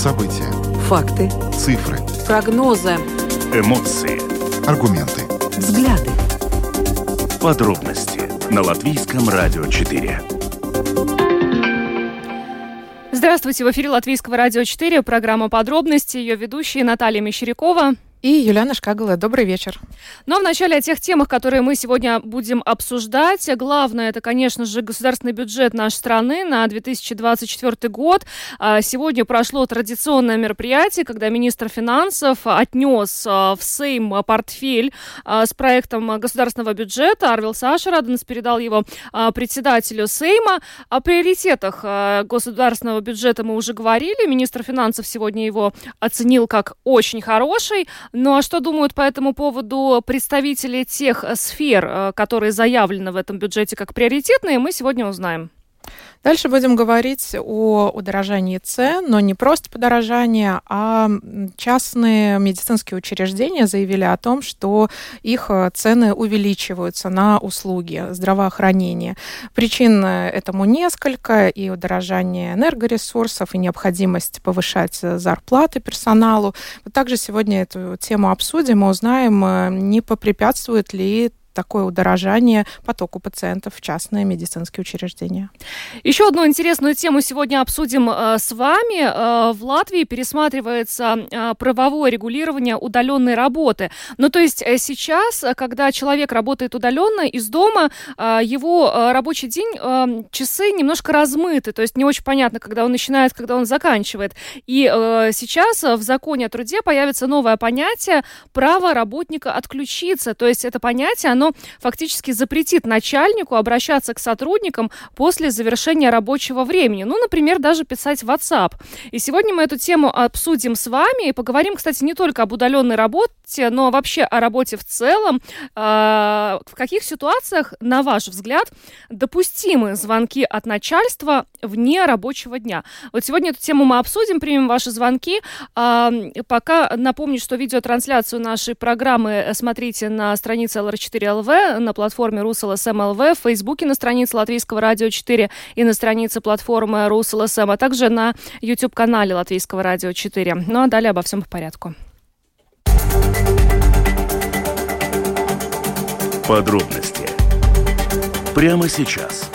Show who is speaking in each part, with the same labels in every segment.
Speaker 1: События.
Speaker 2: Факты.
Speaker 1: Цифры.
Speaker 2: Прогнозы.
Speaker 3: Эмоции.
Speaker 1: Аргументы.
Speaker 2: Взгляды.
Speaker 3: Подробности на Латвийском радио 4.
Speaker 4: Здравствуйте, в эфире Латвийского радио 4, программа «Подробности», ее ведущие Наталья Мещерякова
Speaker 5: и Юлиана Шкагала. Добрый вечер.
Speaker 4: Но вначале о тех темах, которые мы сегодня будем обсуждать. Главное, это, конечно же, государственный бюджет нашей страны на 2024 год. Сегодня прошло традиционное мероприятие, когда министр финансов отнес в Сейм портфель с проектом государственного бюджета. Арвилс Ашараденс передал его председателю Сейма. О приоритетах государственного бюджета мы уже говорили. Министр финансов сегодня его оценил как очень хороший. Ну а что думают по этому поводу представители тех сфер, которые заявлены в этом бюджете как приоритетные, мы сегодня узнаем.
Speaker 5: Дальше будем говорить о удорожании цен, но не просто подорожание, а частные медицинские учреждения заявили о том, что их цены увеличиваются на услуги здравоохранения. Причин этому несколько: и удорожание энергоресурсов, и необходимость повышать зарплаты персоналу. Вот также сегодня эту тему обсудим и узнаем, не попрепятствует ли такое удорожание потоку пациентов в частные медицинские учреждения.
Speaker 4: Еще одну интересную тему сегодня обсудим с вами. В Латвии пересматривается правовое регулирование удаленной работы. Ну, то есть сейчас, когда человек работает удаленно из дома, его рабочий день, часы немножко размыты, то есть не очень понятно, когда он начинает, когда он заканчивает. И сейчас в законе о труде появится новое понятие «право работника отключиться». То есть это понятие, оно фактически запретит начальнику обращаться к сотрудникам после завершения рабочего времени. Ну, например, даже писать в WhatsApp. И сегодня мы эту тему обсудим с вами и поговорим, кстати, не только об удаленной работе, но вообще о работе в целом. В каких ситуациях, на ваш взгляд, допустимы звонки от начальства вне рабочего дня? Вот сегодня эту тему мы обсудим, примем ваши звонки. Пока напомню, что видеотрансляцию нашей программы смотрите на странице LR4 ЛВ, на платформе RusLSM ЛВ, в Фейсбуке на странице Латвийского радио 4 и на странице платформы RusLSM, а также на YouTube-канале Латвийского радио 4. Ну а далее обо всем по порядку.
Speaker 3: Подробности прямо сейчас.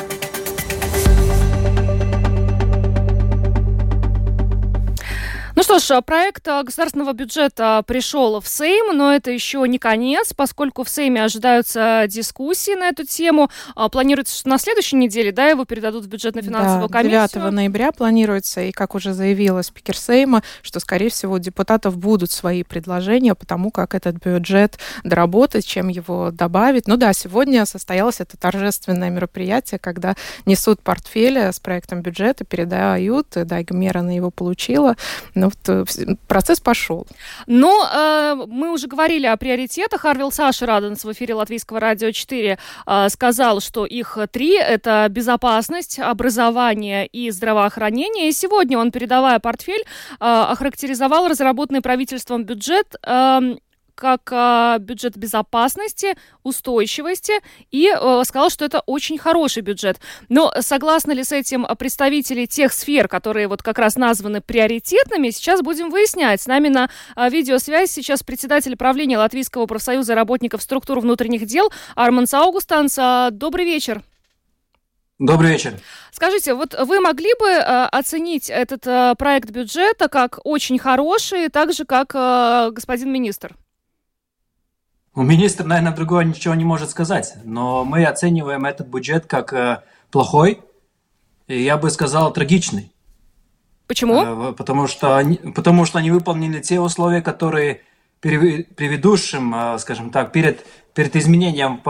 Speaker 4: Ну что ж, проект государственного бюджета пришел в Сейм, но это еще не конец, поскольку в Сейме ожидаются дискуссии на эту тему. Планируется, что на следующей неделе, да, его передадут в бюджетно-финансовую комиссию.
Speaker 5: 9 ноября планируется, и, как уже заявила спикер Сейма, что, скорее всего, у депутатов будут свои предложения по тому, как этот бюджет доработать, чем его добавить. Ну да, сегодня состоялось это торжественное мероприятие, когда несут портфель с проектом бюджета, передают, Дайга Мерана его получила. Но вот процесс пошел.
Speaker 4: Но мы уже говорили о приоритетах. Арвилс Ашараденс в эфире Латвийского радио 4 сказал, что их три. Это безопасность, образование и здравоохранение. И сегодня он, передавая портфель, охарактеризовал разработанный правительством бюджет как бюджет безопасности, устойчивости, и сказал, что это очень хороший бюджет. Но согласны ли с этим представители тех сфер, которые вот как раз названы приоритетными, сейчас будем выяснять. С нами на видеосвязи сейчас председатель правления Латвийского профсоюза работников структур внутренних дел Арманс Аугустанс. Добрый вечер.
Speaker 6: Добрый вечер.
Speaker 4: Скажите, вот вы могли бы оценить этот проект бюджета как очень хороший, так же, как господин министр?
Speaker 6: Министр, наверное, другого ничего не может сказать, но мы оцениваем этот бюджет как плохой, и я бы сказал, трагичный.
Speaker 4: Почему?
Speaker 6: Потому что они выполнили те условия, которые предыдущим, скажем так, перед изменением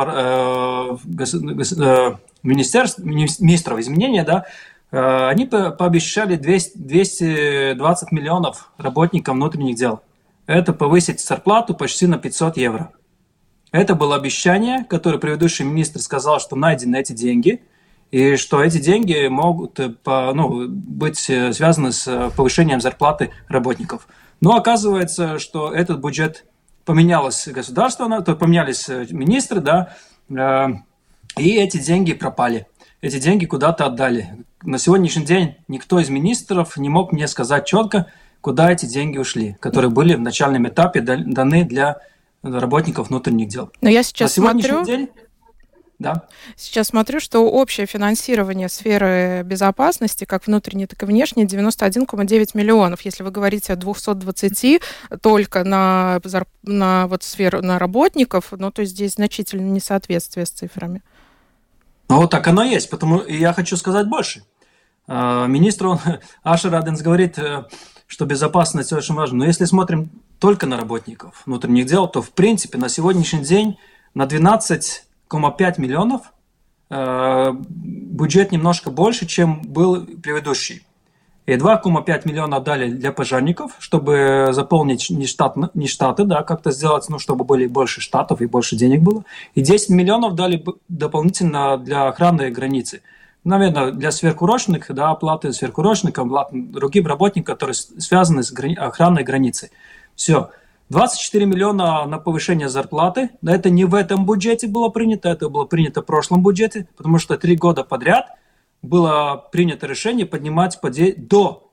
Speaker 6: министров изменения, да, они пообещали 220 миллионов работникам внутренних дел. Это повысить зарплату почти на 500 евро. Это было обещание, которое предыдущий министр сказал, что найдены эти деньги, и что эти деньги могут быть связаны с повышением зарплаты работников. Но оказывается, что этот бюджет поменялось государство, поменялись министры, да, и эти деньги пропали. Эти деньги куда-то отдали. На сегодняшний день никто из министров не мог мне сказать четко, куда эти деньги ушли, которые были в начальном этапе даны для работников внутренних дел.
Speaker 5: Но я сейчас
Speaker 6: сегодняшний день... Да.
Speaker 5: Сейчас смотрю, что общее финансирование сферы безопасности, как внутренней, так и внешней, 91,9 миллионов. Если вы говорите о 220 только на вот сферу, на работников, ну, то здесь значительное несоответствие с цифрами.
Speaker 6: Ну, вот так оно есть, и я хочу сказать больше. Министр Ашер Раденс говорит, что безопасность очень важна. Но если смотрим только на работников внутренних дел, то, в принципе, на сегодняшний день на 12,5 миллионов бюджет немножко больше, чем был предыдущий. И 2,5 миллиона дали для пожарников, чтобы заполнить не штаты, да, как-то сделать, ну, чтобы были больше штатов и больше денег было. И 10 миллионов дали дополнительно для охраны границы. Наверное, для сверхурочных, да, оплаты сверхурочникам, другим работникам, которые связаны с охраной границы. Все. 24 миллиона на повышение зарплаты. Это не в этом бюджете было принято, это было принято в прошлом бюджете, потому что 3 года подряд было принято решение поднимать до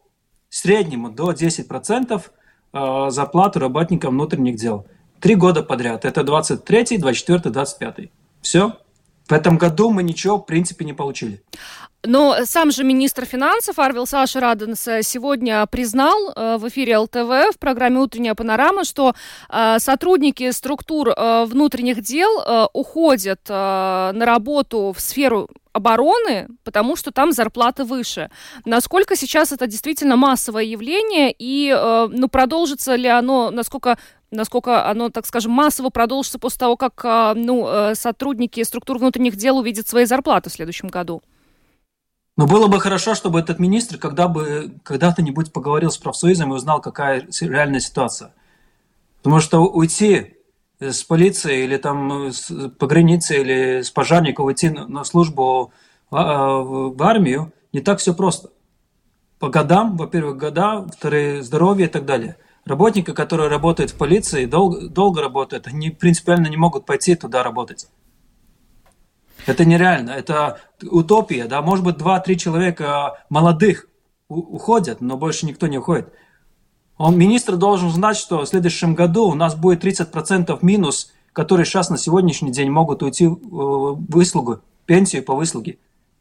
Speaker 6: 10% зарплату работникам внутренних дел. 3 года подряд. Это 23, 24, 25. Все. В этом году мы ничего, в принципе, не получили.
Speaker 4: Но сам же министр финансов Арвилс Ашер Раденс сегодня признал в эфире ЛТВ в программе «Утренняя панорама», что сотрудники структур внутренних дел уходят на работу в сферу обороны, потому что там зарплаты выше. Насколько сейчас это действительно массовое явление и продолжится ли оно, насколько оно, так скажем, массово продолжится после того, как сотрудники структур внутренних дел увидят свои зарплаты в следующем году?
Speaker 6: Но было бы хорошо, чтобы этот министр когда-нибудь поговорил с профсоюзом и узнал, какая реальная ситуация. Потому что уйти с полиции или там по границе или с пожарников уйти на службу в армию не так все просто. По годам, во-первых, вторые здоровье и так далее. Работники, которые работают в полиции, долго работают, они принципиально не могут пойти туда работать. Это нереально, это утопия, да, может быть 2-3 человека молодых уходят, но больше никто не уходит. Министр должен знать, что в следующем году у нас будет 30% минус, которые сейчас на сегодняшний день могут уйти в выслугу, пенсию по выслуге.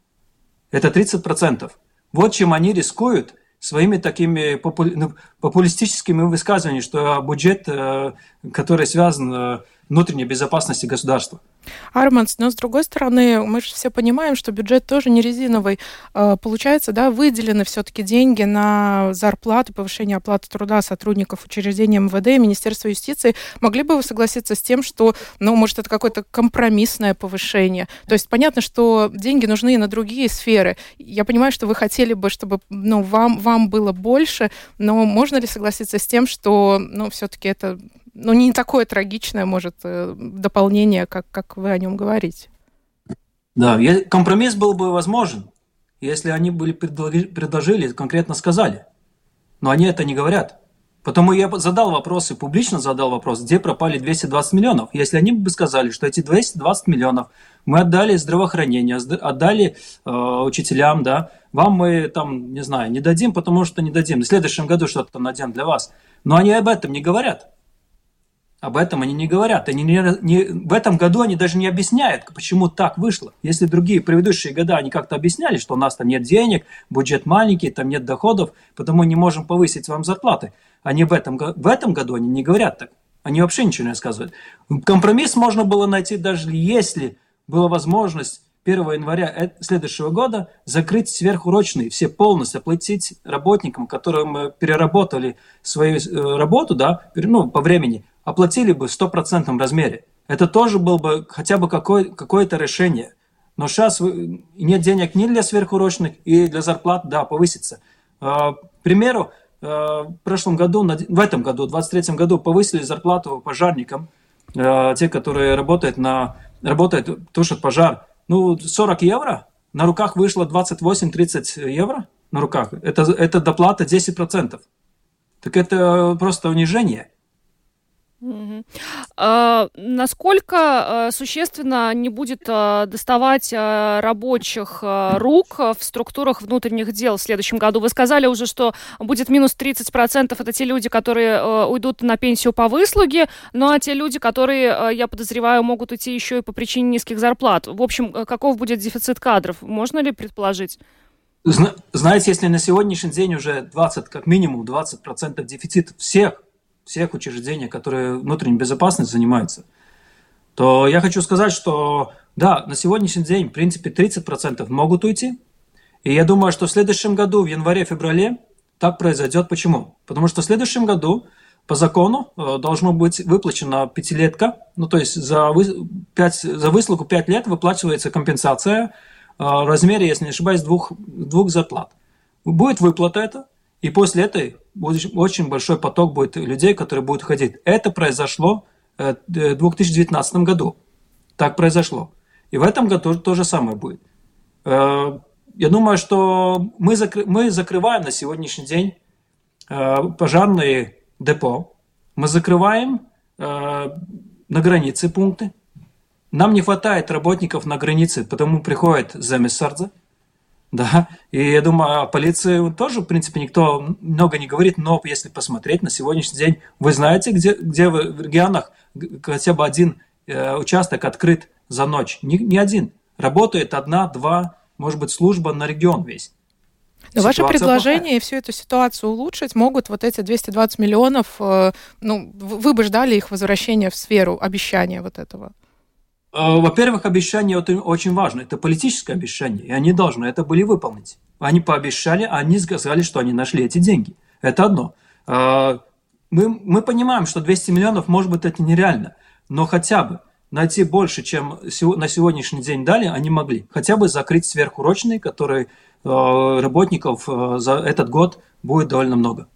Speaker 6: Это 30%. Вот чем они рискуют своими такими популистическими высказываниями, что бюджет, который связан с внутренней безопасностью государства.
Speaker 5: Армандс, но с другой стороны, мы же все понимаем, что бюджет тоже не резиновый. Получается, да, выделены все-таки деньги на зарплату, повышение оплаты труда сотрудников учреждений МВД и Министерства юстиции. Могли бы вы согласиться с тем, что, может, это какое-то компромиссное повышение? То есть понятно, что деньги нужны и на другие сферы. Я понимаю, что вы хотели бы, чтобы вам было больше, но можно ли согласиться с тем, что все-таки это не такое трагичное, может, дополнение, как вы о нем говорите?
Speaker 6: Да, компромисс был бы возможен, если они предложили, конкретно сказали. Но они это не говорят. Потому я задал вопрос, и публично задал вопрос, где пропали 220 миллионов. Если они бы сказали, что эти 220 миллионов мы отдали здравоохранению, отдали учителям, да, вам мы не дадим, потому что не дадим. В следующем году что-то там найдем для вас. Но они об этом не говорят. Об этом они не говорят. В этом году они даже не объясняют, почему так вышло. Если другие предыдущие года они как-то объясняли, что у нас там нет денег, бюджет маленький, там нет доходов, потому не можем повысить вам зарплаты. Они в этом году они не говорят так. Они вообще ничего не рассказывают. Компромисс можно было найти, даже если была возможность 1 января следующего года закрыть сверхурочные, все полностью оплатить работникам, которым переработали свою работу, да, по времени, оплатили бы в 100% размере. Это тоже было бы хотя бы какое-то решение. Но сейчас нет денег ни для сверхурочных, и для зарплат, да, повысится. К примеру, в этом году, в 2023 году, повысили зарплату пожарникам, те, которые тушат пожар. 40 евро, на руках вышло 28-30 евро на руках. Это доплата 10%. Так это просто унижение.
Speaker 4: Насколько существенно не будет доставать рабочих рук в структурах внутренних дел в следующем году? Вы сказали уже, что будет минус 30%. Это те люди, которые уйдут на пенсию по выслуге, ну а те люди, которые, я подозреваю, могут уйти еще и по причине низких зарплат. В общем, каков будет дефицит кадров? Можно ли предположить?
Speaker 6: Знаете, если на сегодняшний день уже как минимум 20% дефицит всех учреждений, которые внутренней безопасностью занимаются, то я хочу сказать, что да, на сегодняшний день, в принципе, 30% могут уйти. И я думаю, что в следующем году, в январе-феврале, так произойдет. Почему? Потому что в следующем году по закону должно быть выплачена пятилетка, ну то есть за выслугу 5 лет выплачивается компенсация в размере, если не ошибаюсь, двух зарплат. Будет выплата это. И после этой очень большой поток будет людей, которые будут ходить. Это произошло в 2019 году. Так произошло. И в этом году то же самое будет. Я думаю, что мы закрываем на сегодняшний день пожарные депо. Мы закрываем на границе пункты. Нам не хватает работников на границе, потому приходит заместитель. Да, и я думаю, о полиции тоже, в принципе, никто много не говорит, но если посмотреть на сегодняшний день, вы знаете, где в регионах хотя бы один участок открыт за ночь? Не один. Работает 1-2, может быть, служба на регион весь.
Speaker 5: Но ваше предложение всю эту ситуацию улучшить могут вот эти 220 миллионов, вы бы ждали их возвращения в сферу обещания вот этого?
Speaker 6: Во-первых, обещание очень важно. Это политическое обещание, и они должны это были выполнить. Они пообещали, они сказали, что они нашли эти деньги. Это одно. Мы понимаем, что 200 миллионов, может быть, это нереально, но хотя бы найти больше, чем на сегодняшний день дали, они могли. Хотя бы закрыть сверхурочные, которые работников за этот год будет довольно много.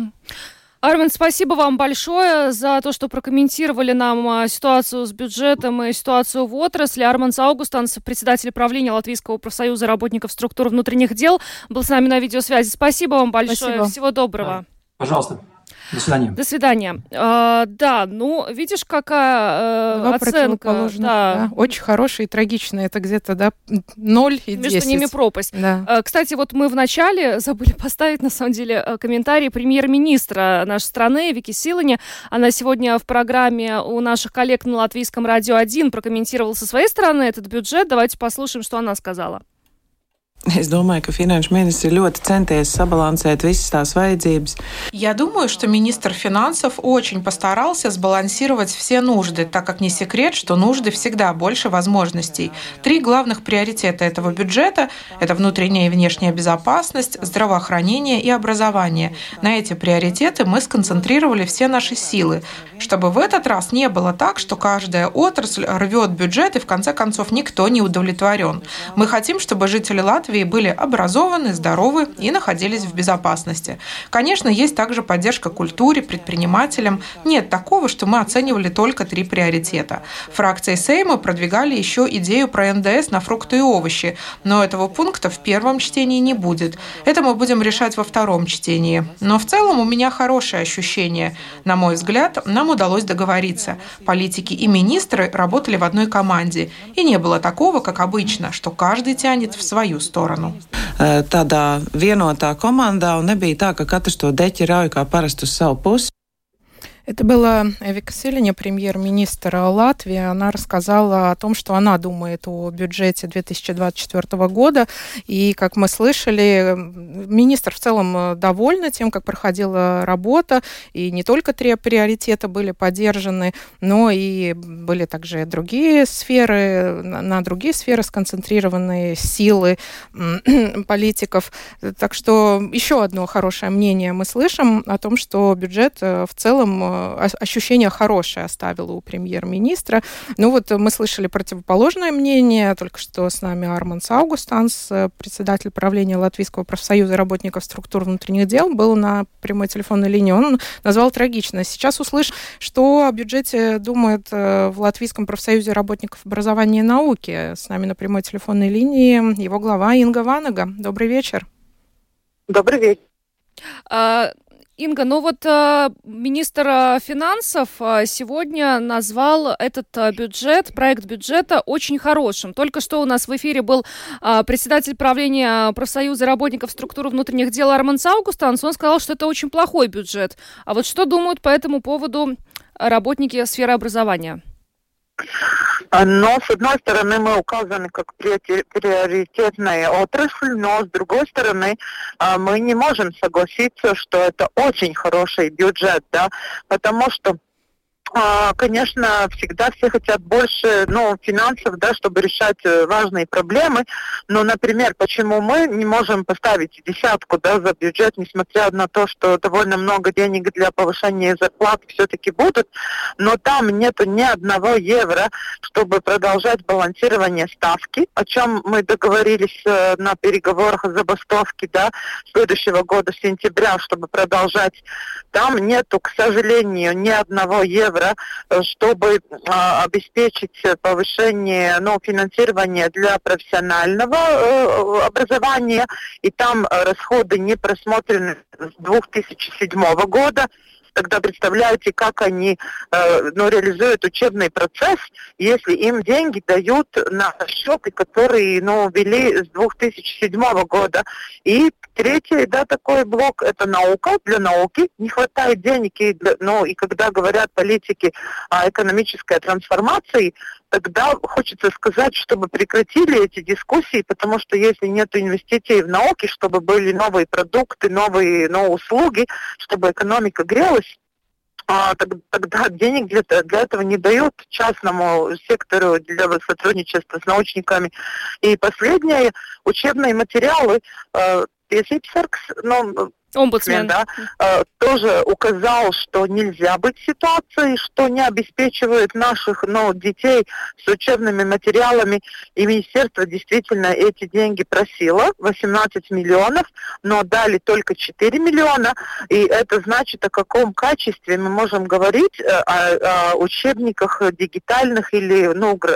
Speaker 4: Армен, спасибо вам большое за то, что прокомментировали нам ситуацию с бюджетом и ситуацию в отрасли. Арманс Аугустанс, председатель правления Латвийского профсоюза работников структур внутренних дел, был с нами на видеосвязи. Спасибо вам большое. Спасибо. Всего доброго.
Speaker 6: Да. Пожалуйста. До свидания.
Speaker 4: До свидания. Да, видишь, какая оценка.
Speaker 5: Да. Очень хорошая и трагичная. Это где-то, 0 и 10.
Speaker 4: Между ними пропасть.
Speaker 5: Да.
Speaker 4: Кстати, мы в начале забыли поставить, на самом деле, комментарий премьер-министра нашей страны Вики Силани. Она сегодня в программе у наших коллег на Латвийском радио 1 прокомментировала со своей стороны этот бюджет. Давайте послушаем, что она сказала.
Speaker 1: Es domāju, ka finanšu ministri ļoti centies sabalansēt visas tās vajadzības.
Speaker 5: Я думаю, что министр финансов очень постарался сбалансировать все нужды, так как не секрет, что нужды всегда больше возможностей. 3 главных приоритета этого бюджета – это внутренняя и внешняя безопасность, здравоохранение и образование. На эти приоритеты мы сконцентрировали все наши силы, чтобы в этот раз не было так, что каждая отрасль рвет бюджет и в конце концов никто не удовлетворен. Мы хотим, чтобы жители Латвии были образованы, здоровы и находились в безопасности. Конечно, есть также поддержка культуре, предпринимателям. Нет такого, что мы оценивали только 3 приоритета. Фракции Сейма продвигали еще идею про НДС на фрукты и овощи, но этого пункта в первом чтении не будет. Это мы будем решать во втором чтении. Но в целом у меня хорошее ощущение. На мой взгляд, нам удалось договориться. Политики и министры работали в одной команде. И не было такого, как обычно, что каждый тянет в свою сторону.
Speaker 1: Tādā vienotā komandā, un nebija tā, ka katrs to deķi rauj kā parasti uz savu pusi.
Speaker 5: Это была Вика Силани, премьер-министр Латвии. Она рассказала о том, что она думает о бюджете 2024 года. И, как мы слышали, министр в целом довольна тем, как проходила работа. И не только 3 приоритета были поддержаны, но и были также другие сферы, на другие сферы сконцентрированы силы политиков. Так что еще одно хорошее мнение мы слышим о том, что бюджет в целом ощущение хорошее оставило у премьер-министра. Мы слышали противоположное мнение. Только что с нами Арманс Аугустанс, председатель правления Латвийского профсоюза работников структур внутренних дел, был на прямой телефонной линии. Он назвал трагично. Сейчас услышим, что о бюджете думает в Латвийском профсоюзе работников образования и науки. С нами на прямой телефонной линии его глава Инга Ванага. Добрый вечер.
Speaker 7: Добрый вечер.
Speaker 4: Инга, министр финансов сегодня назвал этот проект бюджета очень хорошим. Только что у нас в эфире был председатель правления профсоюза работников структуры внутренних дел Арман Саугустанс. Он сказал, что это очень плохой бюджет. А вот что думают по этому поводу работники сферы образования?
Speaker 7: Но, с одной стороны, мы указаны как приоритетная отрасль, но, с другой стороны, мы не можем согласиться, что это очень хороший бюджет, да, потому что, конечно, всегда все хотят больше, финансов, да, чтобы решать важные проблемы. Но, например, почему мы не можем поставить 10, да, за бюджет, несмотря на то, что довольно много денег для повышения зарплат все-таки будут, но там нету ни 1 евро, чтобы продолжать балансирование ставки, о чем мы договорились на переговорах о забастовке, да, следующего года, сентября, чтобы продолжать. Там нету, к сожалению, ни 1 евро, чтобы обеспечить повышение финансирования для профессионального образования. И там расходы не просмотрены с 2007 года. Тогда представляете, как они реализуют учебный процесс, если им деньги дают на счеты, которые ввели с 2007 года. И третий, да, такой блок – это наука. Для науки не хватает денег. И когда говорят политики о экономической трансформации, тогда хочется сказать, чтобы прекратили эти дискуссии, потому что если нет инвестиций в науки, чтобы были новые продукты, новые услуги, чтобы экономика грелась, тогда денег для этого не дают частному сектору для сотрудничества с научниками. И последнее, учебные материалы,
Speaker 4: Омбудсмен,
Speaker 7: да, тоже указал, что нельзя быть в ситуации, что не обеспечивает наших детей с учебными материалами. И министерство действительно эти деньги просило, 18 миллионов, но дали только 4 миллиона. И это значит, о каком качестве мы можем говорить, о учебниках дигитальных или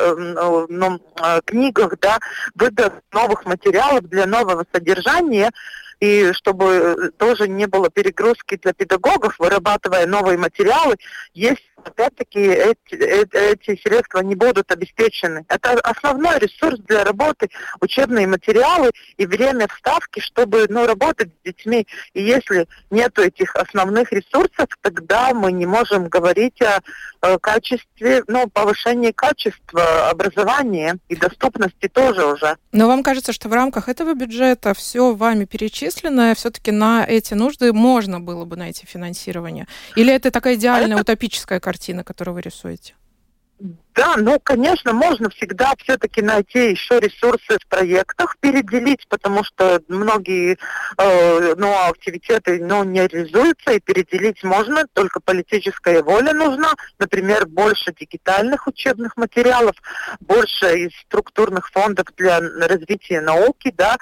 Speaker 7: книгах, да, выдав новых материалов для нового содержания. И чтобы тоже не было перегрузки для педагогов, вырабатывая новые материалы, если опять-таки эти средства не будут обеспечены. Это основной ресурс для работы, учебные материалы и время вставки, чтобы работать с детьми. И если нет этих основных ресурсов, тогда мы не можем говорить о качестве, повышении качества образования и доступности тоже уже.
Speaker 5: Но вам кажется, что в рамках этого бюджета все вами перечисленное, все-таки на эти нужды можно было бы найти финансирование? Или это такая идеальная утопическая картина, которую вы рисуете?
Speaker 7: Да, конечно, можно всегда все-таки найти еще ресурсы в проектах, переделить, потому что многие активитеты не реализуются, и переделить можно, только политическая воля нужна. Например, больше дигитальных учебных материалов, больше из структурных фондов для развития науки, да,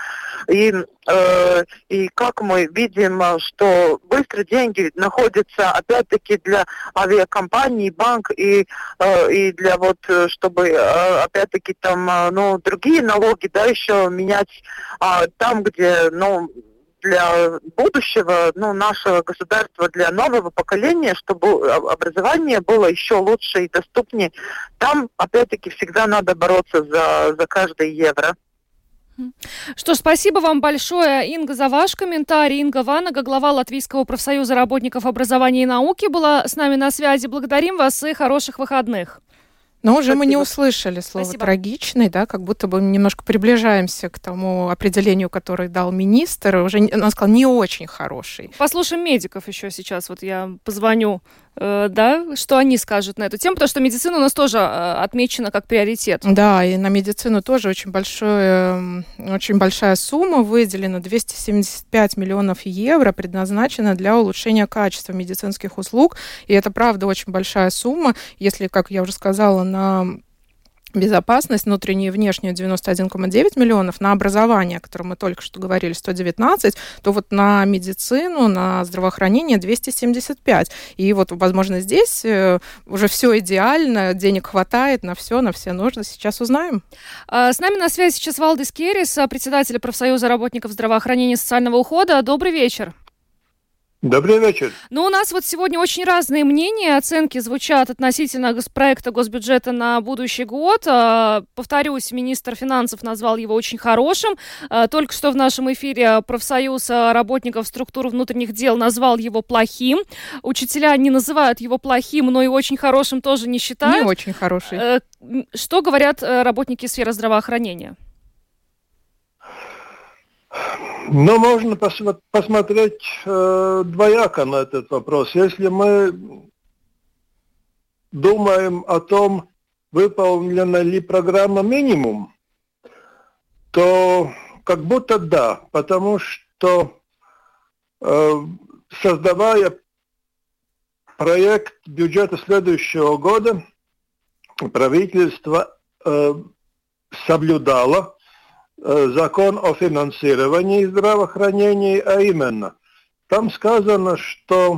Speaker 7: и как мы видим, что быстро деньги находятся опять-таки для авиакомпаний, банк и для чтобы опять-таки там, другие налоги, да, еще менять там, где, для будущего, нашего государства, для нового поколения, чтобы образование было еще лучше и доступнее. Там, опять-таки, всегда надо бороться за каждый евро.
Speaker 4: Что ж, спасибо вам большое, Инга, за ваш комментарий. Инга Ванага, глава Латвийского профсоюза работников образования и науки, была с нами на связи. Благодарим вас и хороших выходных.
Speaker 5: Но уже мы не услышали слово «трагичный», да, как будто бы немножко приближаемся к тому определению, которое дал министр. Уже он сказал «не очень хороший».
Speaker 4: Послушаем медиков еще сейчас. Вот я позвоню, что они скажут на эту тему, потому что медицина у нас тоже отмечена как приоритет.
Speaker 5: Да, и на медицину тоже очень большая сумма выделена, 275 миллионов евро, предназначена для улучшения качества медицинских услуг. И это, правда, очень большая сумма. Если, как я уже сказала, на безопасность, внутреннюю и внешнюю 91,9 миллионов, на образование, о котором мы только что говорили, 119, то вот на медицину, на здравоохранение 275. И вот, возможно, здесь уже все идеально, денег хватает на все нужды. Сейчас узнаем.
Speaker 4: С нами на связи сейчас Валдис Керис, председатель профсоюза работников здравоохранения и социального ухода. Добрый вечер.
Speaker 8: Добрый вечер.
Speaker 4: Ну, у нас вот сегодня очень разные мнения, оценки звучат относительно проекта госбюджета на будущий год. Повторюсь, министр финансов назвал его очень хорошим. Только что в нашем эфире профсоюз работников структур внутренних дел назвал его плохим. Учителя не называют его плохим, но и очень хорошим тоже не считают.
Speaker 5: Не очень хороший.
Speaker 4: Что говорят работники сферы здравоохранения?
Speaker 8: Но можно посмотреть двояко на этот вопрос. Если мы думаем о том, выполнена ли программа минимум, то как будто да, потому что создавая проект бюджета следующего года, правительство соблюдало закон о финансировании здравоохранения, а именно, там сказано, что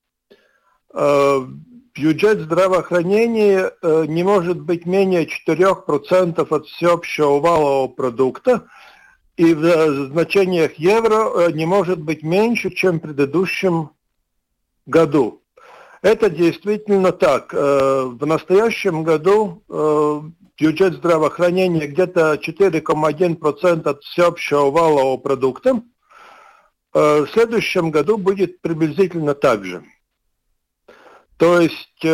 Speaker 8: бюджет здравоохранения не может быть менее 4% от всеобщего валового продукта, и в значениях евро не может быть меньше, чем в предыдущем году. Это действительно так. В настоящем году бюджет здравоохранения где-то 4,1% от всеобщего валового продукта. В следующем году будет приблизительно так же. То есть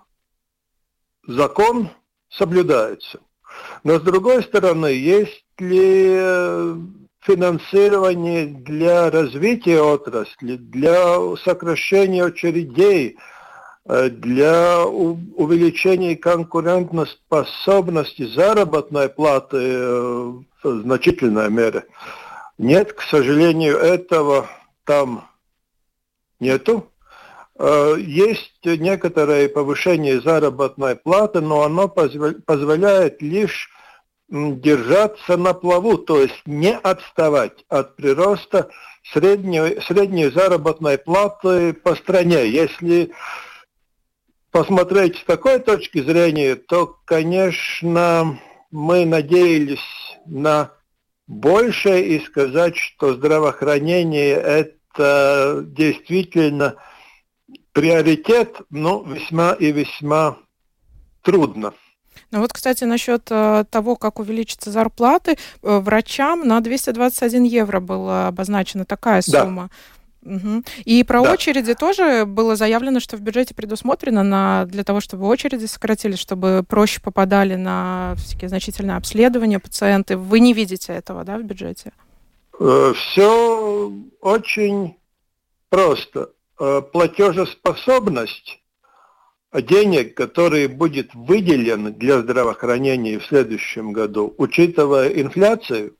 Speaker 8: закон соблюдается. Но с другой стороны, есть ли финансирование для развития отрасли, для сокращения очередей, для увеличения конкурентоспособности заработной платы в значительной мере? Нет, к сожалению, этого там нету. Есть некоторое повышение заработной платы, но оно позволяет лишь держаться на плаву, то есть не отставать от прироста средней заработной платы по стране. Если посмотреть с такой точки зрения, то, конечно, мы надеялись на большее и сказать, что здравоохранение – это действительно приоритет, но весьма и весьма трудно.
Speaker 5: Ну вот, кстати, насчет того, как увеличатся зарплаты, врачам на 221 евро была обозначена такая сумма. Да. Угу. И про очереди тоже было заявлено, что в бюджете предусмотрено для того, чтобы очереди сократились, чтобы проще попадали на всякие значительные обследования пациенты. Вы не видите этого, да, в бюджете?
Speaker 8: Все очень просто. Платежеспособность денег, которые будет выделены для здравоохранения в следующем году, учитывая инфляцию,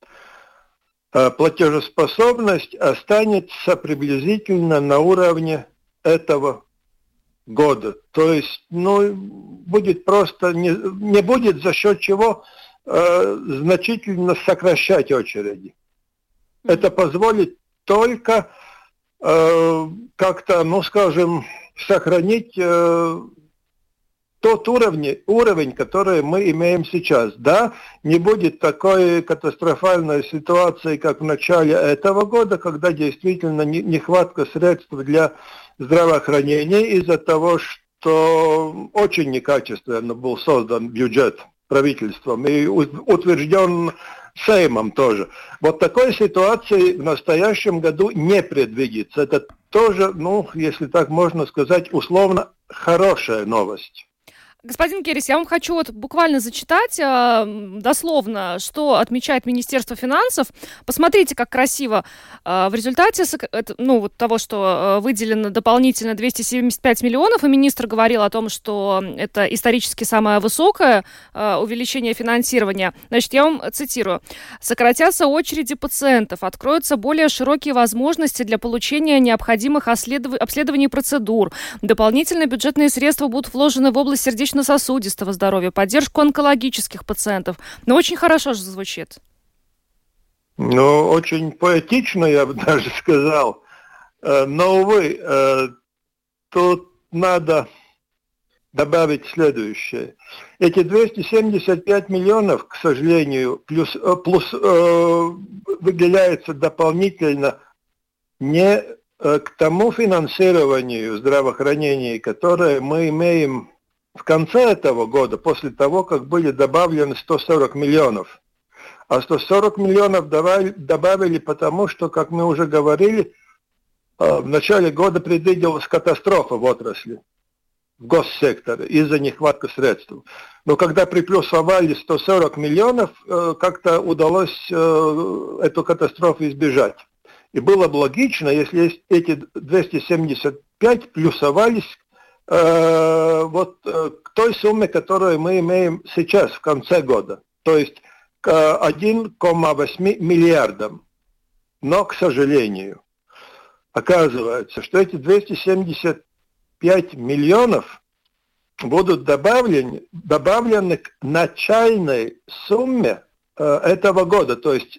Speaker 8: платежеспособность останется приблизительно на уровне этого года. То есть, будет просто не будет за счет чего значительно сокращать очереди. Это позволит только как-то, скажем, сохранить тот уровень, который мы имеем сейчас. Да, не будет такой катастрофальной ситуации, как в начале этого года, когда действительно нехватка средств для здравоохранения из-за того, что очень некачественно был создан бюджет правительством и утвержден Сеймом тоже. Вот такой ситуации в настоящем году не предвидится. Это тоже, если так можно сказать, условно хорошая новость.
Speaker 4: Господин Керрис, я вам хочу буквально зачитать дословно, что отмечает Министерство финансов. Посмотрите, как красиво. В результате того, что выделено дополнительно 275 миллионов, и министр говорил о том, что это исторически самое высокое увеличение финансирования. Значит, я вам цитирую. «Сократятся очереди пациентов, откроются более широкие возможности для получения необходимых обследований и процедур. Дополнительные бюджетные средства будут вложены в область сердечно-сосудистого здоровья, поддержку онкологических пациентов». Очень хорошо же звучит.
Speaker 8: Очень поэтично, я бы даже сказал. Но, увы, тут надо добавить следующее. Эти 275 миллионов, к сожалению, плюс выделяется дополнительно не к тому финансированию здравоохранения, которое мы имеем в конце этого года, после того, как были добавлены 140 миллионов. А 140 миллионов добавили потому, что, как мы уже говорили, в начале года предвиделась катастрофа в отрасли, в госсекторе, из-за нехватки средств. Но когда приплюсовали 140 миллионов, как-то удалось эту катастрофу избежать. И было бы логично, если эти 275 плюсовались к той сумме, которую мы имеем сейчас, в конце года. То есть к 1,8 миллиардам. Но, к сожалению, оказывается, что эти 275 миллионов будут добавлены к начальной сумме этого года, то есть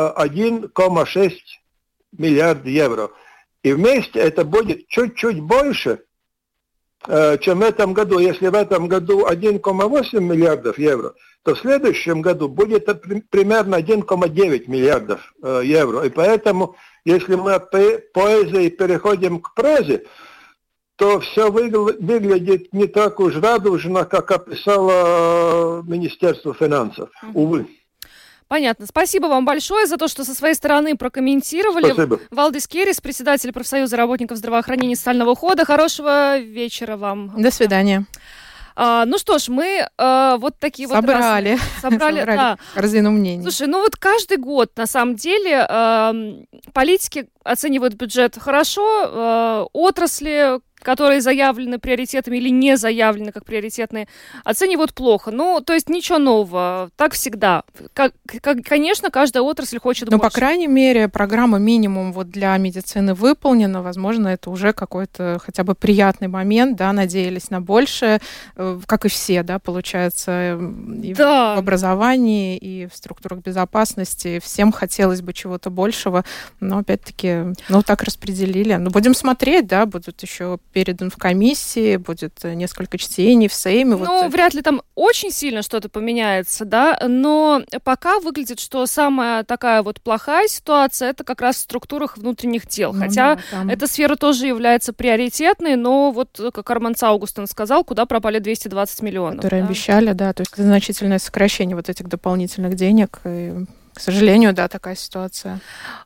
Speaker 8: 1,6 миллиарда евро. И вместе это будет чуть-чуть больше, чем в этом году. Если в этом году 1,8 миллиардов евро, то в следующем году будет примерно 1,9 миллиардов евро. И поэтому, если мы от поэзии переходим к прозе, то все выглядит не так уж радужно, как описало Министерство финансов. Увы.
Speaker 4: Понятно. Спасибо вам большое за то, что со своей стороны прокомментировали.
Speaker 8: Спасибо.
Speaker 4: Валдис Керис, председатель профсоюза работников здравоохранения и социального ухода. Хорошего вечера вам.
Speaker 5: До свидания.
Speaker 4: Ну что ж, мы вот такие
Speaker 5: собрали
Speaker 4: да.
Speaker 5: корзину мнений.
Speaker 4: Слушай, каждый год, на самом деле, политики оценивают бюджет хорошо, отрасли, которые заявлены приоритетами или не заявлены как приоритетные, оценивают плохо. То есть ничего нового. Так всегда. Конечно, каждая отрасль хочет больше.
Speaker 5: Но, по крайней мере, программа минимум для медицины выполнена. Возможно, это уже какой-то хотя бы приятный момент, да, надеялись на большее, как и все, да, получается, и в образовании, и в структурах безопасности. Всем хотелось бы чего-то большего, но, опять-таки, так распределили. Будем смотреть, да, будут еще передан в комиссии, будет несколько чтений в Сейме.
Speaker 4: Вряд ли там очень сильно что-то поменяется, да, но пока выглядит, что самая такая плохая ситуация, это как раз в структурах внутренних дел. Хотя эта сфера тоже является приоритетной, но как Арман Цаугустен сказал, куда пропали 220 миллионов.
Speaker 5: Которые обещали, да, то есть значительное сокращение этих дополнительных денег. И, к сожалению, да, такая ситуация.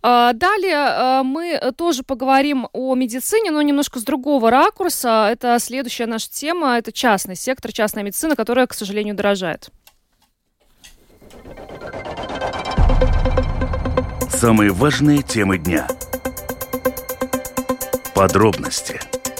Speaker 4: Далее мы тоже поговорим о медицине, но немножко с другого ракурса. Это следующая наша тема, это частный сектор, частная медицина, которая, к сожалению, дорожает.
Speaker 3: Самые важные темы дня. Подробности.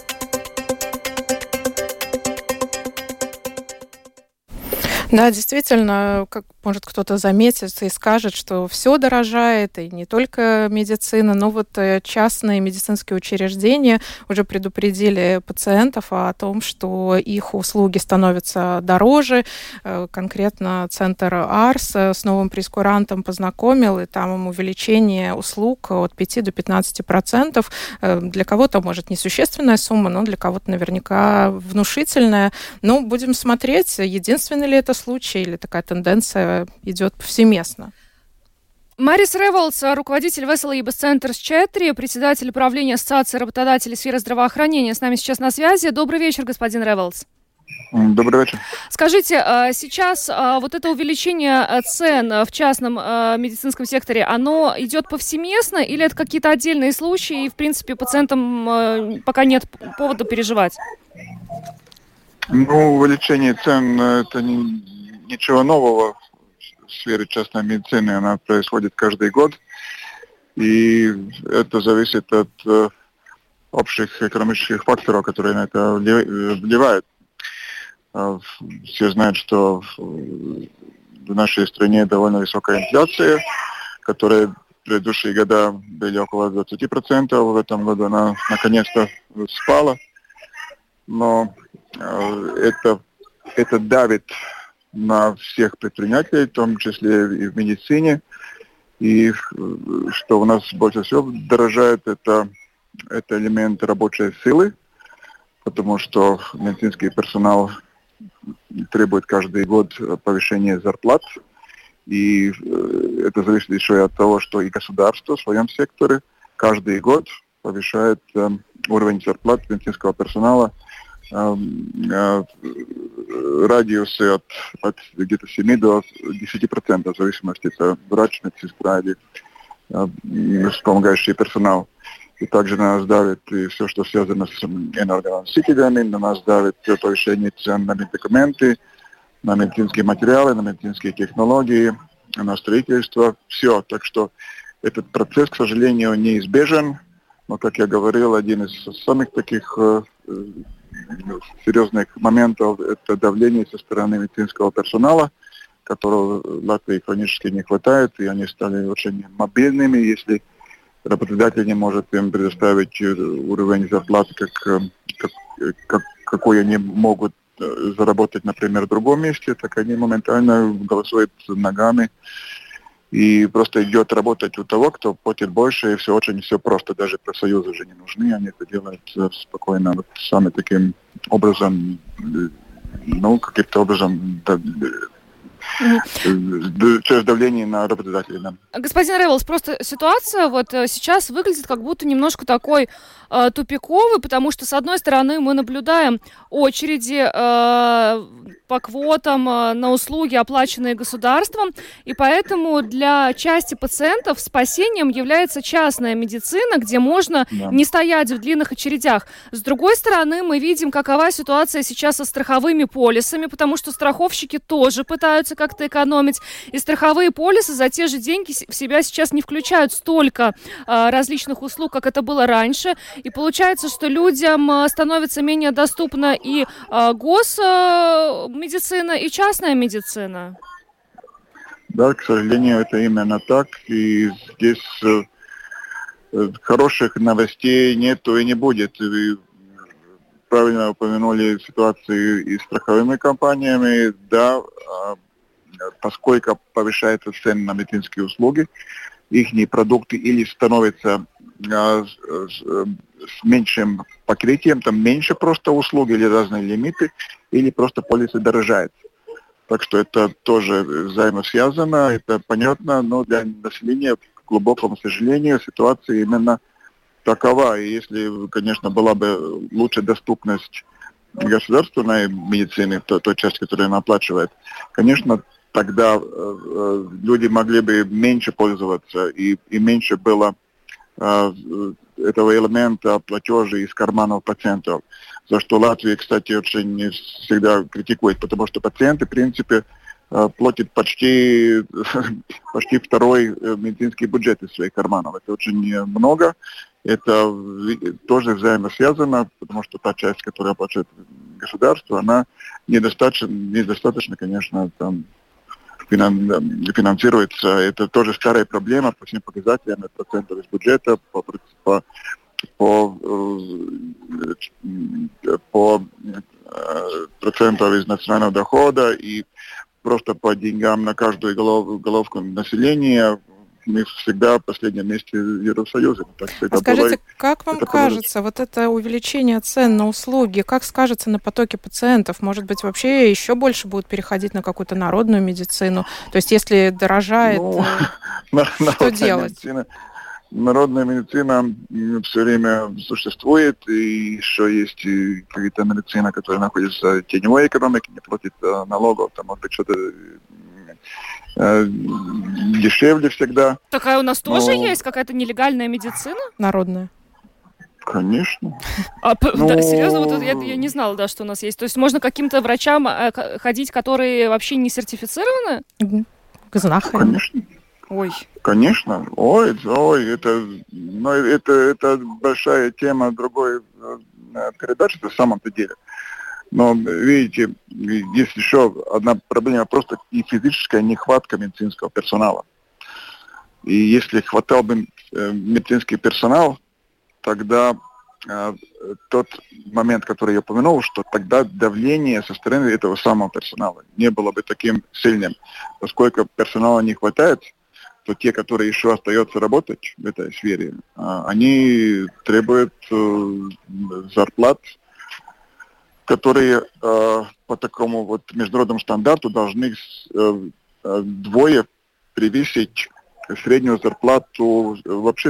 Speaker 5: Да, действительно, как может кто-то заметит и скажет, что все дорожает, и не только медицина, но частные медицинские учреждения уже предупредили пациентов о том, что их услуги становятся дороже. Конкретно центр АРС с новым прейскурантом познакомил, и там им увеличение услуг от 5 до 15%. Для кого-то, может, несущественная сумма, но для кого-то наверняка внушительная. Будем смотреть, единственный ли это случай или такая тенденция идет повсеместно.
Speaker 4: Марис Револдс, руководитель Весела Ибас Центрс 4, председатель правления Ассоциации работодателей сферы здравоохранения, с нами сейчас на связи. Добрый вечер, господин Револдс.
Speaker 9: Добрый вечер.
Speaker 4: Скажите, сейчас это увеличение цен в частном медицинском секторе, оно идет повсеместно или это какие-то отдельные случаи, и, в принципе, пациентам пока нет повода переживать?
Speaker 9: Увеличение цен – это ничего нового в сфере частной медицины, она происходит каждый год, и это зависит от общих экономических факторов, которые на это влияют. Все знают, что в нашей стране довольно высокая инфляция, которая в предыдущие года были около 20%, в этом году она наконец-то спала, но это давит на всех предпринимателей, в том числе и в медицине. И что у нас больше всего дорожает, это элемент рабочей силы, потому что медицинский персонал требует каждый год повышения зарплат. И это зависит еще и от того, что и государство в своем секторе каждый год повышает уровень зарплат медицинского персонала радиусы от где-то 7 до 10%, в зависимости от врач, медсестра или вспомогающий персонал. И также на нас давит и все, что связано с энергоносителями, на нас давит повышение цен на медикаменты, на медицинские материалы, на медицинские технологии, на строительство, все. Так что этот процесс, к сожалению, неизбежен. Но, как я говорил, один из самых таких серьезных моментов – это давление со стороны медицинского персонала, которого в Латвии хронически не хватает, и они стали очень мобильными. Если работодатель не может им предоставить уровень зарплаты, какой они могут заработать, например, в другом месте, так они моментально голосуют ногами и просто идет работать у того, кто платит больше, и все очень все просто. Даже профсоюзы уже не нужны, они это делают спокойно, вот сами таким образом, каким-то образом через давление на работодателей. Да.
Speaker 4: Господин Ревелс, просто ситуация вот сейчас выглядит как будто немножко такой тупиковой, потому что, с одной стороны, мы наблюдаем очереди по квотам на услуги, оплаченные государством, и поэтому для части пациентов спасением является частная медицина, где можно не стоять в длинных очередях. С другой стороны, мы видим, какова ситуация сейчас со страховыми полисами, потому что страховщики тоже пытаются как-то экономить, и страховые полисы за те же деньги в себя сейчас не включают столько различных услуг, как это было раньше, и получается, что людям становится менее доступна и госмедицина, и частная медицина.
Speaker 9: Да, к сожалению, это именно так, и здесь хороших новостей нету и не будет. Вы правильно упомянули ситуацию и с страховыми компаниями, да, поскольку повышается цены на медицинские услуги, их продукты или становятся с меньшим покрытием, там меньше просто услуги или разные лимиты, или просто полисы дорожают. Так что это тоже взаимосвязано, это понятно, но для населения, к глубокому сожалению, ситуация именно такова. И если, конечно, была бы лучшая доступность государственной медицины, той части, которую она оплачивает, конечно, тогда люди могли бы меньше пользоваться и меньше было этого элемента платежей из карманов пациентов, за что Латвия, кстати, очень всегда критикует, потому что пациенты, в принципе, платят почти второй медицинский бюджет из своих карманов. Это очень много, это тоже взаимосвязано, потому что та часть, которая оплачивает государство, она недостаточно, конечно, там, финансируется. Это тоже старая проблема по всем показателям, процентов из бюджета, по процентам из национального дохода и просто по деньгам на каждую головку населения. Мы всегда в последнем месте Евросоюза.
Speaker 5: Скажите, как вам кажется, вот это увеличение цен на услуги, как скажется на потоке пациентов? Может быть, вообще еще больше будут переходить на какую-то народную медицину? То есть, если дорожает, что делать?
Speaker 9: Народная медицина все время существует, и еще есть какая-то медицина, которая находится в теневой экономике, не платит налогов, там, может быть, что-то дешевле всегда.
Speaker 4: Такая у нас тоже есть какая-то нелегальная медицина?
Speaker 5: Народная.
Speaker 9: Конечно.
Speaker 4: Да, серьезно, вот я не знала, да, что у нас есть. То есть можно к каким-то врачам ходить, которые вообще не сертифицированы?
Speaker 5: К знахарям.
Speaker 9: Конечно.
Speaker 4: Ой.
Speaker 9: Конечно. Это большая тема другой передачи на самом-то деле. Но, видите, есть еще одна проблема, просто и физическая нехватка медицинского персонала. И если хватал бы медицинский персонал, тогда тот момент, который я упомянул, что тогда давление со стороны этого самого персонала не было бы таким сильным. Поскольку персонала не хватает, то те, которые еще остаются работать в этой сфере, они требуют зарплат, которые по такому вот международному стандарту должны вдвое превысить среднюю зарплату вообще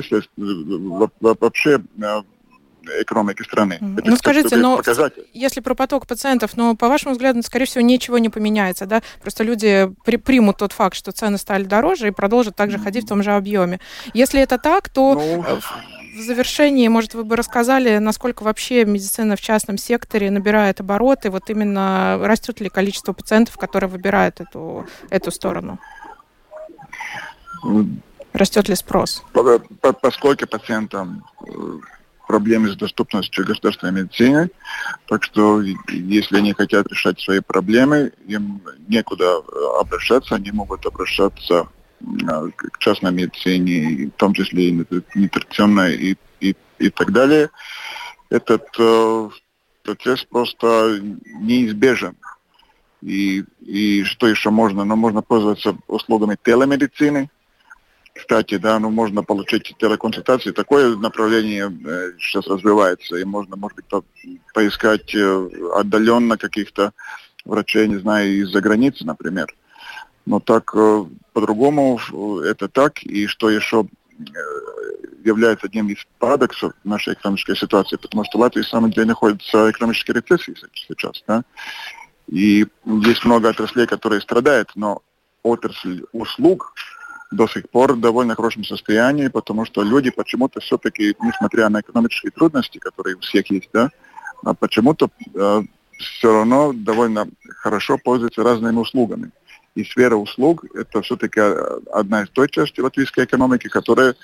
Speaker 9: экономики страны.
Speaker 5: Ну, скажите, если про поток пациентов, по вашему взгляду, скорее всего, ничего не поменяется, да? Просто люди примут тот факт, что цены стали дороже и продолжат также ходить в том же объеме. Если это так, то в завершении, может, вы бы рассказали, насколько вообще медицина в частном секторе набирает обороты, вот именно растет ли количество пациентов, которые выбирают эту сторону? Растет ли спрос?
Speaker 9: Поскольку пациентам проблемы с доступностью государственной медицины, так что если они хотят решать свои проблемы, им некуда обращаться, они могут обращаться к частной медицине, в том числе и нетрадиционной и так далее. Этот процесс просто неизбежен. И что еще можно? Можно пользоваться услугами телемедицины. Кстати, можно получить телеконсультации. Такое направление сейчас развивается. И можно, может быть, поискать отдаленно каких-то врачей, не знаю, из-за границы, например. Но так по-другому это так. И что еще является одним из парадоксов нашей экономической ситуации, потому что Латвия, в самом деле, находится в экономической рецессии сейчас. Да? И есть много отраслей, которые страдают, но отрасль услуг до сих пор в довольно хорошем состоянии, потому что люди почему-то все-таки, несмотря на экономические трудности, которые у всех есть, почему-то все равно довольно хорошо пользуются разными услугами. И сфера услуг – это все-таки одна из той части латвийской экономики, которая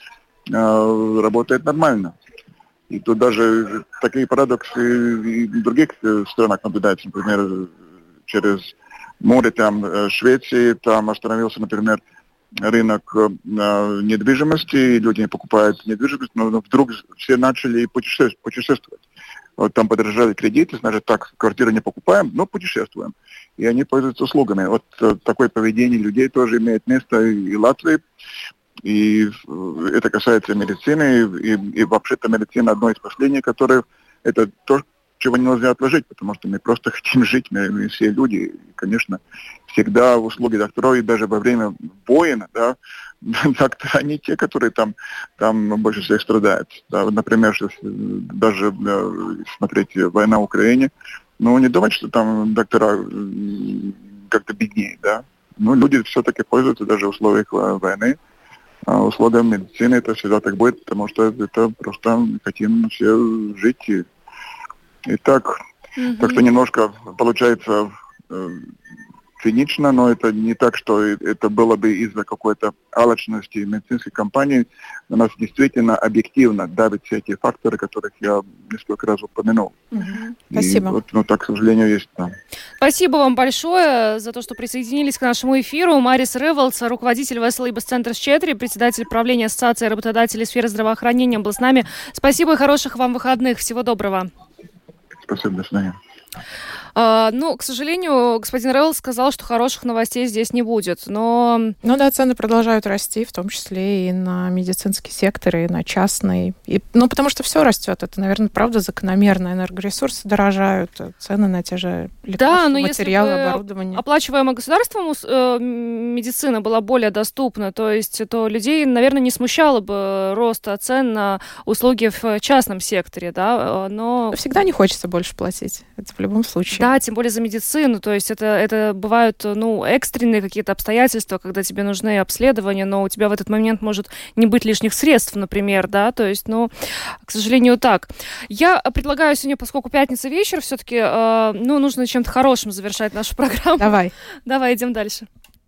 Speaker 9: работает нормально. И тут даже такие парадоксы и в других странах наблюдаются. Например, через море, там, Швеции, там остановился, например, рынок недвижимости, и люди не покупают недвижимость, но вдруг все начали путешествовать. Вот там подорожали кредиты, значит, так, квартиру не покупаем, но путешествуем. И они пользуются услугами. Вот такое поведение людей тоже имеет место и в Латвии. И это касается медицины. И вообще-то медицина одно из последних, которое это то, чего нельзя отложить, потому что мы просто хотим жить, мы все люди. И, конечно, всегда услуги докторов, и даже во время войн, доктора не те, которые там больше всех страдают. Да, например, даже смотреть война в Украине, не думать, что там доктора как-то беднее, да. Люди все-таки пользуются даже в условиях войны. А услугам медицины это всегда так будет, потому что это просто хотим все жить. И так, так что немножко получается цинично, но это не так, что это было бы из-за какой-то алчности медицинской компании. На нас действительно объективно давят все эти факторы, которых я несколько раз упомянул.
Speaker 5: Спасибо.
Speaker 9: И так, к сожалению, есть. Да.
Speaker 4: Спасибо вам большое за то, что присоединились к нашему эфиру. Марис Ревелс, руководитель Веселības центра Šķetri, председатель правления Ассоциации работодателей сферы здравоохранения, был с нами. Спасибо и хороших вам выходных. Всего доброго.
Speaker 9: Спасибо, до свидания.
Speaker 4: К сожалению, господин Ревелс сказал, что хороших новостей здесь не будет, но...
Speaker 5: цены продолжают расти, в том числе и на медицинский сектор, и на частный. Потому что все растет. Это, наверное, правда закономерно. Энергоресурсы дорожают, цены на те же лекарства, материалы, оборудование.
Speaker 4: Оплачиваемая государством медицина была более доступна, то людей, наверное, не смущало бы роста цен на услуги в частном секторе, но...
Speaker 5: Всегда не хочется больше платить. Это в любом случае.
Speaker 4: Да, тем более за медицину, то есть это бывают, экстренные какие-то обстоятельства, когда тебе нужны обследования, но у тебя в этот момент может не быть лишних средств, например, то есть, к сожалению, так. Я предлагаю сегодня, поскольку пятница вечер, все-таки, нужно чем-то хорошим завершать нашу программу. Давай, идем дальше.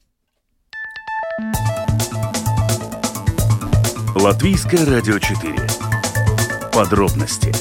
Speaker 3: Латвийское радио 4. Подробности.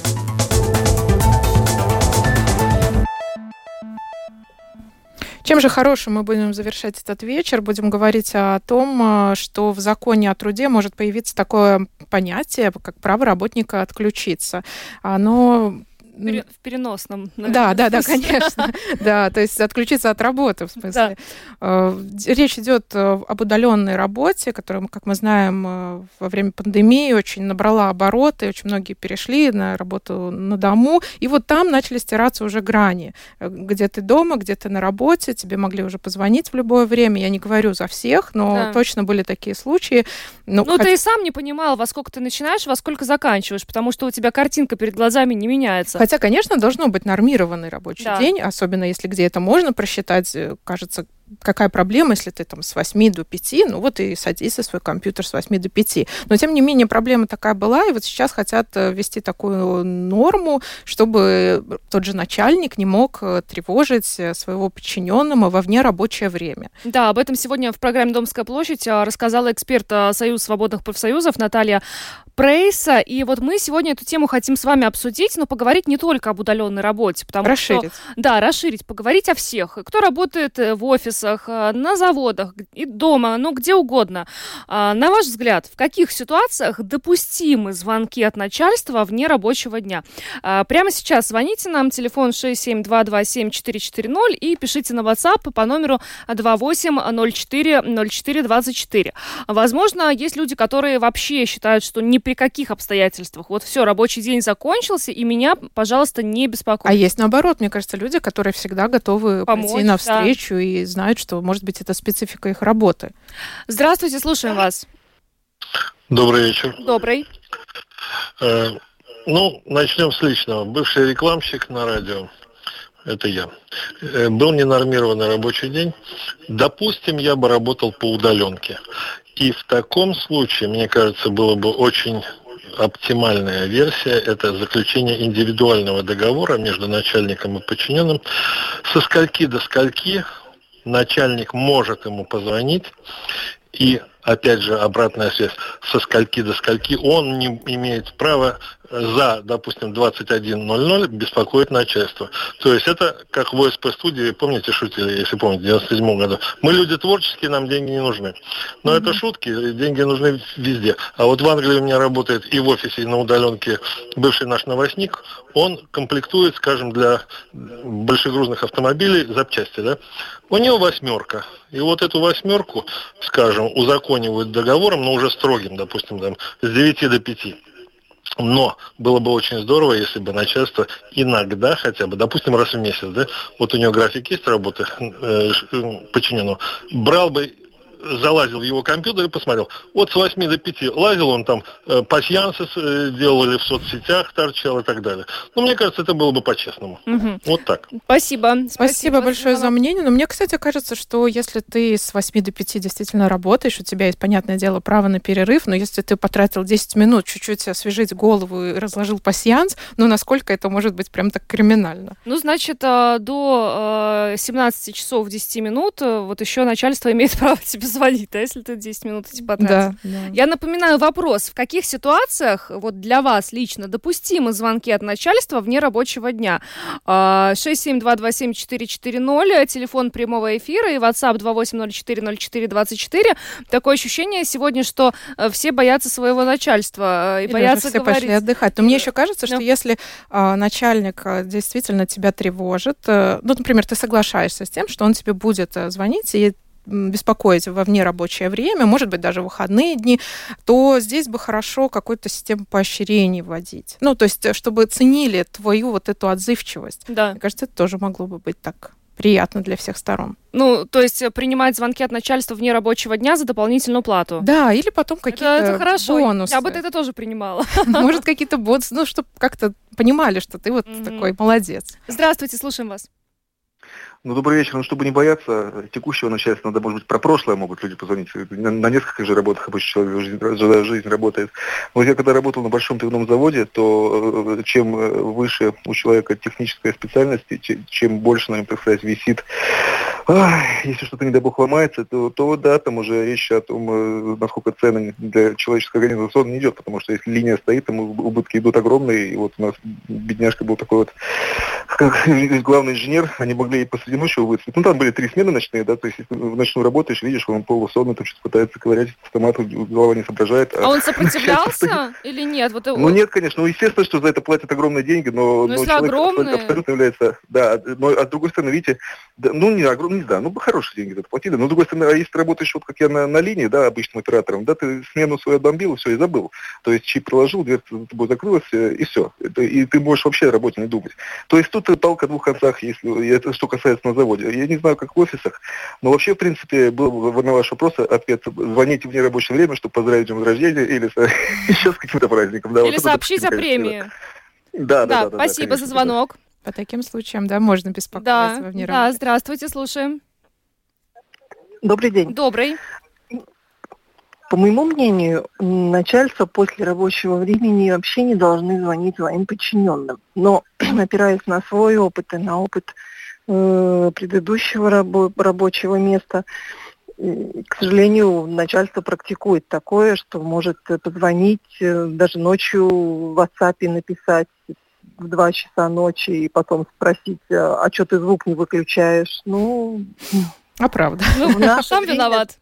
Speaker 5: Чем же хорошим мы будем завершать этот вечер? Будем говорить о том, что в законе о труде может появиться такое понятие, как право работника отключиться. Оно
Speaker 4: В переносном, наверное.
Speaker 5: Да, конечно. Да, то есть отключиться от работы, в смысле. Речь идет об удаленной работе, которая, как мы знаем, во время пандемии очень набрала обороты, очень многие перешли на работу на дому, и вот там начали стираться уже грани. Где ты дома, где ты на работе, тебе могли уже позвонить в любое время. Я не говорю за всех, но точно были такие случаи.
Speaker 4: Ты и сам не понимал, во сколько ты начинаешь, во сколько заканчиваешь, потому что у тебя картинка перед глазами не меняется.
Speaker 5: Хотя, конечно, должно быть нормированный рабочий день, особенно если где это можно просчитать. Кажется, какая проблема, если ты там с 8 до 5, и садись за свой компьютер с 8 до 5. Но, тем не менее, проблема такая была, и вот сейчас хотят ввести такую норму, чтобы тот же начальник не мог тревожить своего подчиненного во внерабочее время.
Speaker 4: Да, об этом сегодня в программе «Домская площадь» рассказала эксперт Союза свободных профсоюзов Наталья Прейса. И вот мы сегодня эту тему хотим с вами обсудить, но поговорить не только об удаленной работе.
Speaker 5: Расширить.
Speaker 4: Расширить, поговорить о всех. Кто работает в офисах, на заводах, и дома, где угодно. На ваш взгляд, в каких ситуациях допустимы звонки от начальства вне рабочего дня? Прямо сейчас звоните нам, телефон 67227-440 и пишите на WhatsApp по номеру 28040424. Возможно, есть люди, которые вообще считают, что ни при каких обстоятельствах. Вот все, рабочий день закончился, и меня, пожалуйста, не беспокоит.
Speaker 5: А есть наоборот, мне кажется, люди, которые всегда готовы пойти навстречу и знают, что, может быть, это специфика их работы.
Speaker 4: Здравствуйте, слушаем вас.
Speaker 10: Добрый вечер.
Speaker 4: Добрый.
Speaker 10: Начнем с личного. Бывший рекламщик на радио. Это я. Был ненормированный рабочий день. Допустим, я бы работал по удаленке. И в таком случае, мне кажется, было бы очень оптимальная версия – это заключение индивидуального договора между начальником и подчиненным. Со скольки до скольки начальник может ему позвонить, и, опять же, обратная связь, со скольки до скольки он не имеет права за, допустим, 21:00 беспокоить начальство. То есть это как в ОСП-студии, помните, шутили, если помните, в 97 году. Мы люди творческие, нам деньги не нужны. Но это шутки, деньги нужны везде. А вот в Англии у меня работает и в офисе, и на удаленке бывший наш новостник. Он комплектует, скажем, для большегрузных автомобилей запчасти, да? У него 8. И вот эту 8, скажем, узаконивают договором, но уже строгим, допустим, там, с 9 до 5. Но было бы очень здорово, если бы начальство иногда хотя бы, допустим, раз в месяц, да, вот у него график есть работы подчиненного, брал бы, залазил в его компьютер и посмотрел. Вот с 8 до 5 лазил он там, пасьянсы делал или в соцсетях торчал и так далее. Мне кажется, это было бы по-честному. Вот так.
Speaker 5: Спасибо большое за мнение. Но мне, кстати, кажется, что если ты с 8 до 5 действительно работаешь, у тебя есть, понятное дело, право на перерыв, но если ты потратил 10 минут чуть-чуть освежить голову и разложил пасьянс, насколько это может быть прям так криминально?
Speaker 4: Значит, до 17 часов 10 минут вот еще начальство имеет право тебе звонить, если ты 10 минут потратил. Да. Я напоминаю вопрос. В каких ситуациях вот для вас лично допустимы звонки от начальства вне рабочего дня? 67227-440, телефон прямого эфира и WhatsApp 28040424. Такое ощущение сегодня, что все боятся своего начальства и боятся
Speaker 5: все
Speaker 4: говорить.
Speaker 5: Пошли отдыхать. Но мне еще кажется, что если начальник действительно тебя тревожит, например, ты соглашаешься с тем, что он тебе будет звонить и беспокоить во внерабочее время, может быть, даже в выходные дни, то здесь бы хорошо какую-то систему поощрений вводить. То есть, чтобы ценили твою вот эту отзывчивость.
Speaker 4: Да.
Speaker 5: Мне кажется, это тоже могло бы быть так приятно для всех сторон.
Speaker 4: То есть принимать звонки от начальства вне рабочего дня за дополнительную плату.
Speaker 5: Да, или потом какие-то
Speaker 4: это хорошо.
Speaker 5: бонусы.
Speaker 4: Я бы это тоже принимала.
Speaker 5: Может, какие-то бонусы, чтобы как-то понимали, что ты вот такой молодец.
Speaker 4: Здравствуйте, слушаем вас.
Speaker 11: Добрый вечер. Чтобы не бояться текущего начальства, надо, может быть, про прошлое могут люди позвонить. На нескольких же работах обычно человек жизнь работает. Но я когда работал на большом пивном заводе, то чем выше у человека техническая специальность, чем больше на нем, так сказать, висит Если что-то, не дай бог, ломается, то да, там уже речь о том, насколько цены для человеческого организма не идет, потому что если линия стоит, там убытки идут огромные, и вот у нас бедняжка был такой вот, как главный инженер, они могли и посреди ночи выцепить. Ну, там были 3 смены ночные, да, то есть если ты в ночную работаешь, видишь, он полусонный, там что-то пытается ковырять автомат, голова не соображает.
Speaker 4: А он сопротивлялся или нет?
Speaker 11: Ну, нет, конечно, ну, естественно, что за это платят огромные деньги, но человек абсолютно является, да, но, а с другой стороны, видите, да, ну, не огромные, да, ну, хорошие деньги за это платили, но, с другой стороны, а если ты работаешь, вот как я на линии, да, обычным оператором, да, ты смену свою отбомбил, все, и забыл. То есть чип приложил, дверь за тобой закрылась, и все. И ты можешь вообще о работе не думать. То есть тут палка о 2 концах, если это что касается на заводе. Я не знаю, как в офисах, но вообще, в принципе, был на ваш вопрос ответ: звоните в нерабочее время, чтобы поздравить день рождения или еще с каким-то праздником. Да,
Speaker 4: или
Speaker 11: вот
Speaker 4: сообщить о премии.
Speaker 11: Да.
Speaker 4: Спасибо
Speaker 11: конечно,
Speaker 4: за звонок.
Speaker 5: По таким случаям, да, можно беспокоиться во вне работы.
Speaker 4: Да, здравствуйте, слушаем.
Speaker 12: Добрый день.
Speaker 4: Добрый.
Speaker 12: По моему мнению, начальство после рабочего времени вообще не должны звонить своим подчиненным. Но, опираясь на свой опыт и на опыт предыдущего рабочего места, к сожалению, начальство практикует такое, что может позвонить даже ночью в WhatsApp написать в 2 часа ночи и потом спросить, а что ты звук не выключаешь? Ну,
Speaker 5: а правда.
Speaker 4: Ну, сам виноват.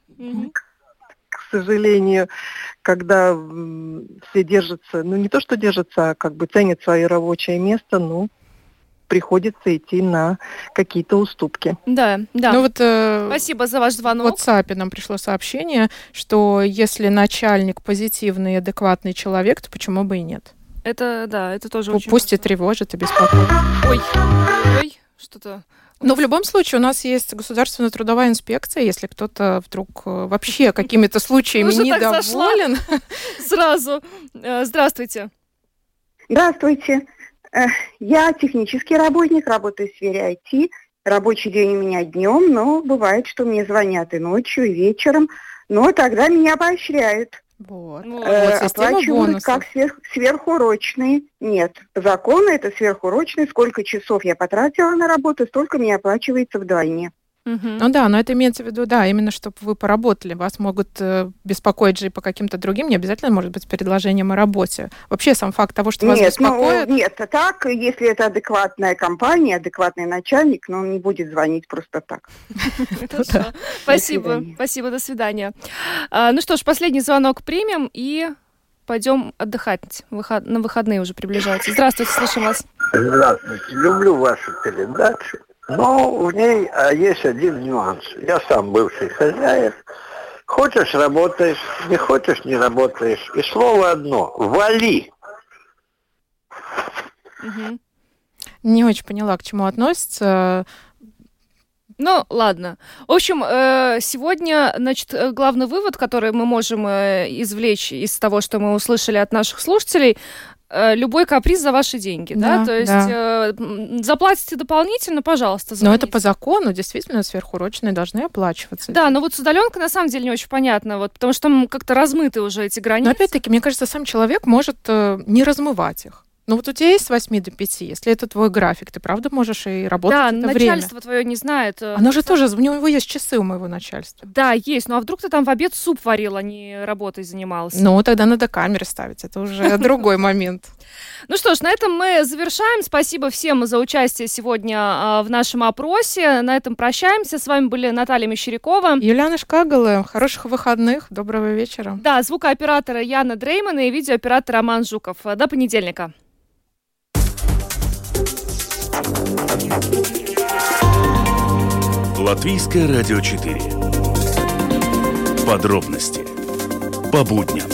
Speaker 12: К сожалению, когда все держатся, ну не то что держатся, а как бы ценят свое рабочее место, ну, приходится идти на какие-то уступки.
Speaker 4: Да.
Speaker 5: Ну, вот,
Speaker 4: спасибо за ваш звонок.
Speaker 5: В WhatsApp нам пришло сообщение, что если начальник позитивный и адекватный человек, то почему бы и нет?
Speaker 4: Это, да, это тоже очень
Speaker 5: пусть и тревожит, и беспокоит.
Speaker 4: Ой, что-то...
Speaker 5: Но в любом случае у нас есть государственная трудовая инспекция, если кто-то вдруг вообще какими-то случаями недоволен.
Speaker 4: Сразу. Здравствуйте.
Speaker 13: Здравствуйте. Я технический работник, работаю в сфере IT. Рабочий день у меня днем, но бывает, что мне звонят и ночью, и вечером. Но тогда меня поощряют.
Speaker 5: Вот.
Speaker 13: Оплачивают как сверхурочные. Нет, по закону это сверхурочные. Сколько часов я потратила на работу, столько мне оплачивается вдвойне.
Speaker 5: Ну да, но это имеется в виду, да, именно чтобы вы поработали. Вас могут беспокоить же и по каким-то другим, не обязательно, может быть, предложением о работе. Вообще сам факт того, что вас беспокоит...
Speaker 13: Нет, так, если это адекватная компания, адекватный начальник, но он не будет звонить просто так.
Speaker 4: Спасибо, до свидания. Ну что ж, последний звонок примем и пойдем отдыхать. На выходные уже приближаются. Здравствуйте, слушаем вас.
Speaker 14: Здравствуйте, люблю вашу передачу. Но в ней есть один нюанс. Я сам бывший хозяин. Хочешь — работаешь, не хочешь — не работаешь. И слово одно — вали.
Speaker 5: Не очень поняла, к чему относится.
Speaker 4: Ну, ладно. В общем, сегодня, значит, главный вывод, который мы можем извлечь из того, что мы услышали от наших слушателей — любой каприз за ваши деньги, да? То есть заплатите дополнительно, пожалуйста, звоните.
Speaker 5: Но это по закону, действительно, сверхурочные должны оплачиваться.
Speaker 4: Да, но вот с удаленкой на самом деле не очень понятно, вот, потому что там как-то размыты уже эти границы.
Speaker 5: Но опять-таки, мне кажется, сам человек может не размывать их. Ну вот у тебя есть с 8 до 5, если это твой график, ты правда можешь и работать это время.
Speaker 4: Да, начальство твое не знает.
Speaker 5: Оно же тоже, у него есть часы у моего начальства.
Speaker 4: Да, есть, ну а вдруг ты там в обед суп варил, а не работой занимался?
Speaker 5: Ну, тогда надо камеры ставить, это уже другой момент.
Speaker 4: Ну что ж, на этом мы завершаем. Спасибо всем за участие сегодня в нашем опросе. На этом прощаемся. С вами были Наталья Мещерякова.
Speaker 5: Юлиана Шкагала. Хороших выходных, доброго вечера.
Speaker 4: Да, звукооператора Яна Дрейман и видеооператор Роман Жуков. До понедельника.
Speaker 3: Латвийское радио 4. Подробности по будням.